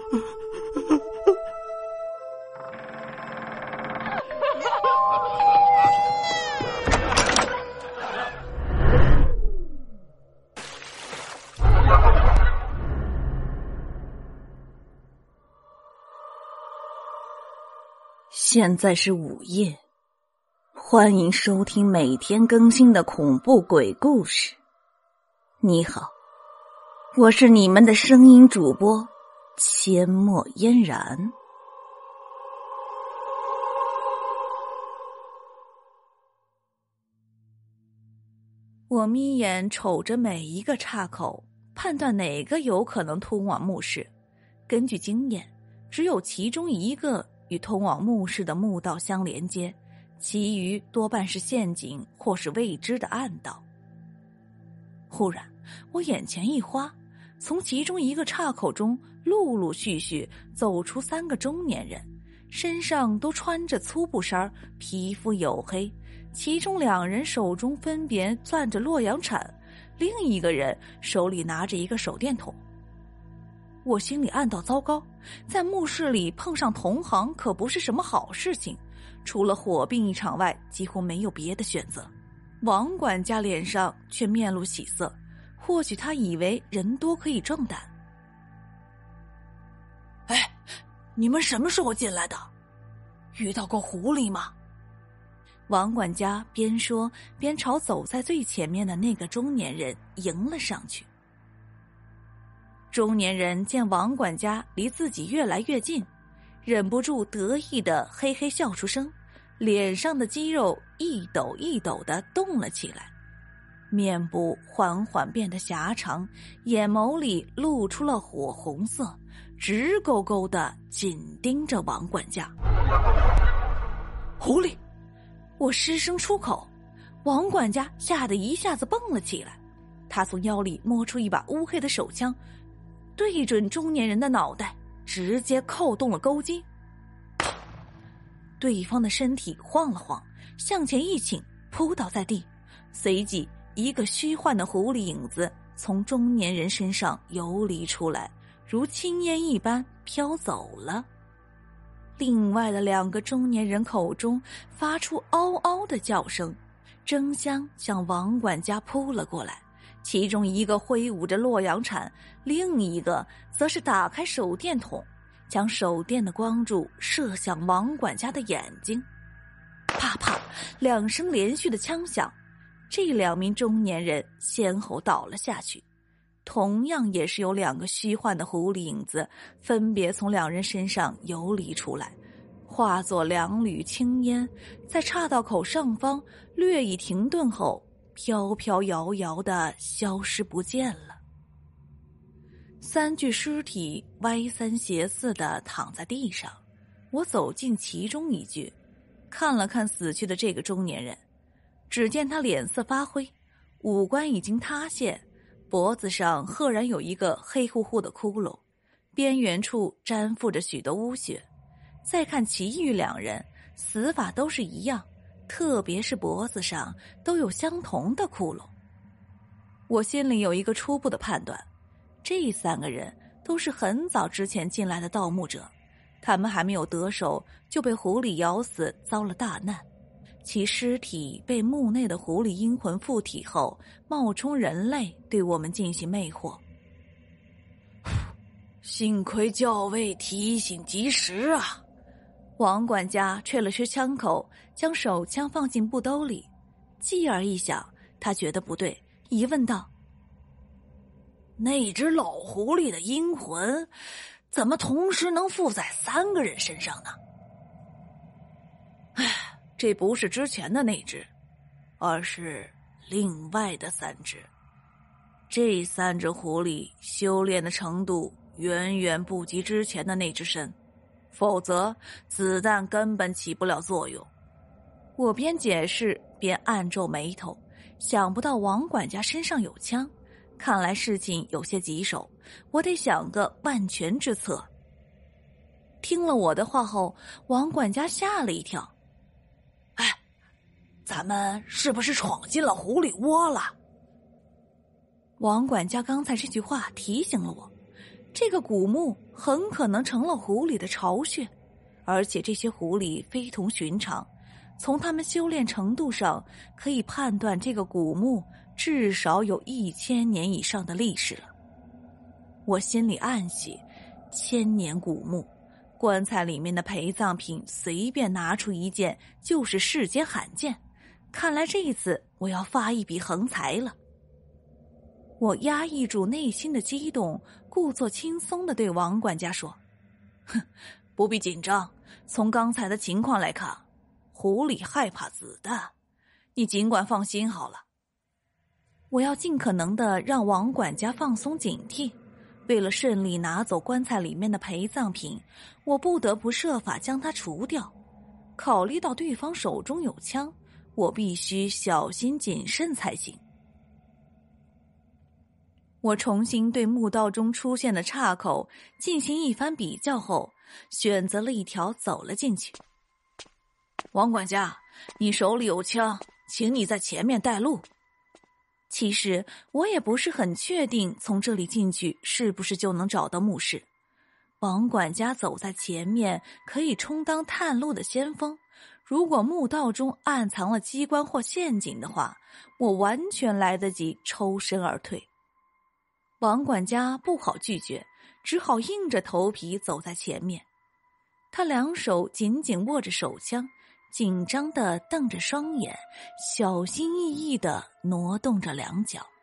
现在是午夜，欢迎收听每天更新的恐怖鬼故事。你好，我是你们的声音主播阡陌嫣然。我眯眼瞅着每一个岔口，判断哪个有可能通往墓室。根据经验，只有其中一个与通往墓室的墓道相连接，其余多半是陷阱或是未知的暗道。忽然我眼前一花，从其中一个岔口中陆陆续续走出3个中年人，身上都穿着粗布衫，皮肤黝黑，其中2人手中分别攥着洛阳铲，另一个人手里拿着一个手电筒。我心里暗道糟糕，在墓室里碰上同行可不是什么好事情，除了火并一场外几乎没有别的选择。王管家脸上却面露喜色，或许他以为人多可以壮胆。 哎，你们什么时候进来的？遇到过狐狸吗？ 王管家边说边朝走在最前面的那个中年人迎了上去。中年人见王管家离自己越来越近，忍不住得意地嘿嘿笑出声，脸上的肌肉一抖一抖地动了起来，面部缓缓变得狭长，眼眸里露出了火红色，直勾勾地紧盯着王管家。 狐狸！ 我失声出口，王管家吓得一下子蹦了起来，他从腰里摸出一把乌黑的手枪，对准中年人的脑袋直接扣动了钩机。对方的身体晃了晃，向前一倾，扑倒在地，随即一个虚幻的狐狸影子从中年人身上游离出来，如轻烟一般飘走了。另外的2个中年人口中发出嗷嗷的叫声，争相向王管家扑了过来，其中一个挥舞着洛阳铲，另一个则是打开手电筒，将手电的光柱射向王管家的眼睛。啪啪2声连续的枪响，这2名中年人先后倒了下去，同样也是有2个虚幻的狐狸影子分别从2人身上游离出来，化作2缕青烟，在岔道口上方略一停顿后飘飘摇摇地消失不见了。3具尸体歪三斜四地躺在地上，我走进其中一具，看了看死去的这个中年人，只见他脸色发灰，五官已经塌陷，脖子上赫然有一个黑乎乎的窟窿，边缘处沾附着许多污血。再看其余2人，死法都是一样，特别是脖子上都有相同的窟窿。我心里有一个初步的判断，这3个人都是很早之前进来的盗墓者，他们还没有得手就被狐狸咬死，遭了大难。其尸体被墓内的狐狸阴魂附体后，冒充人类对我们进行魅惑。 幸亏校尉提醒及时啊！ 王管家吹了吹枪口，将手枪放进布兜里，继而一想，他觉得不对，疑问道： 那只老狐狸的阴魂怎么同时能附在3个人身上呢？ 这不是之前的那只，而是另外的3只。这3只狐狸修炼的程度远远不及之前的那只身，否则子弹根本起不了作用。我边解释边暗皱眉头，想不到王管家身上有枪，看来事情有些棘手，我得想个万全之策。听了我的话后，王管家吓了一跳。 咱们是不是闯进了狐狸窝了？ 王管家刚才这句话提醒了我， 这个古墓很可能成了狐狸的巢穴，而且这些狐狸非同寻常，从他们修炼程度上可以判断这个古墓至少有1000年以上的历史了。我心里暗喜，1000年古墓，棺材里面的陪葬品随便拿出一件就是世间罕见，看来这一次我要发一笔横财了。我压抑住内心的激动，故作轻松地对王管家说：“哼，不必紧张，从刚才的情况来看，狐狸害怕子弹，你尽管放心好了。”我要尽可能地让王管家放松警惕，为了顺利拿走棺材里面的陪葬品，我不得不设法将它除掉。考虑到对方手中有枪，我必须小心谨慎才行。我重新对墓道中出现的岔口进行一番比较后，选择了一条走了进去。王管家，你手里有枪，请你在前面带路。其实我也不是很确定从这里进去是不是就能找到墓室。王管家走在前面，可以充当探路的先锋。如果墓道中暗藏了机关或陷阱的话，我完全来得及抽身而退。王管家不好拒绝，只好硬着头皮走在前面。他两手紧紧握着手枪，紧张地瞪着双眼，小心翼翼地挪动着两脚。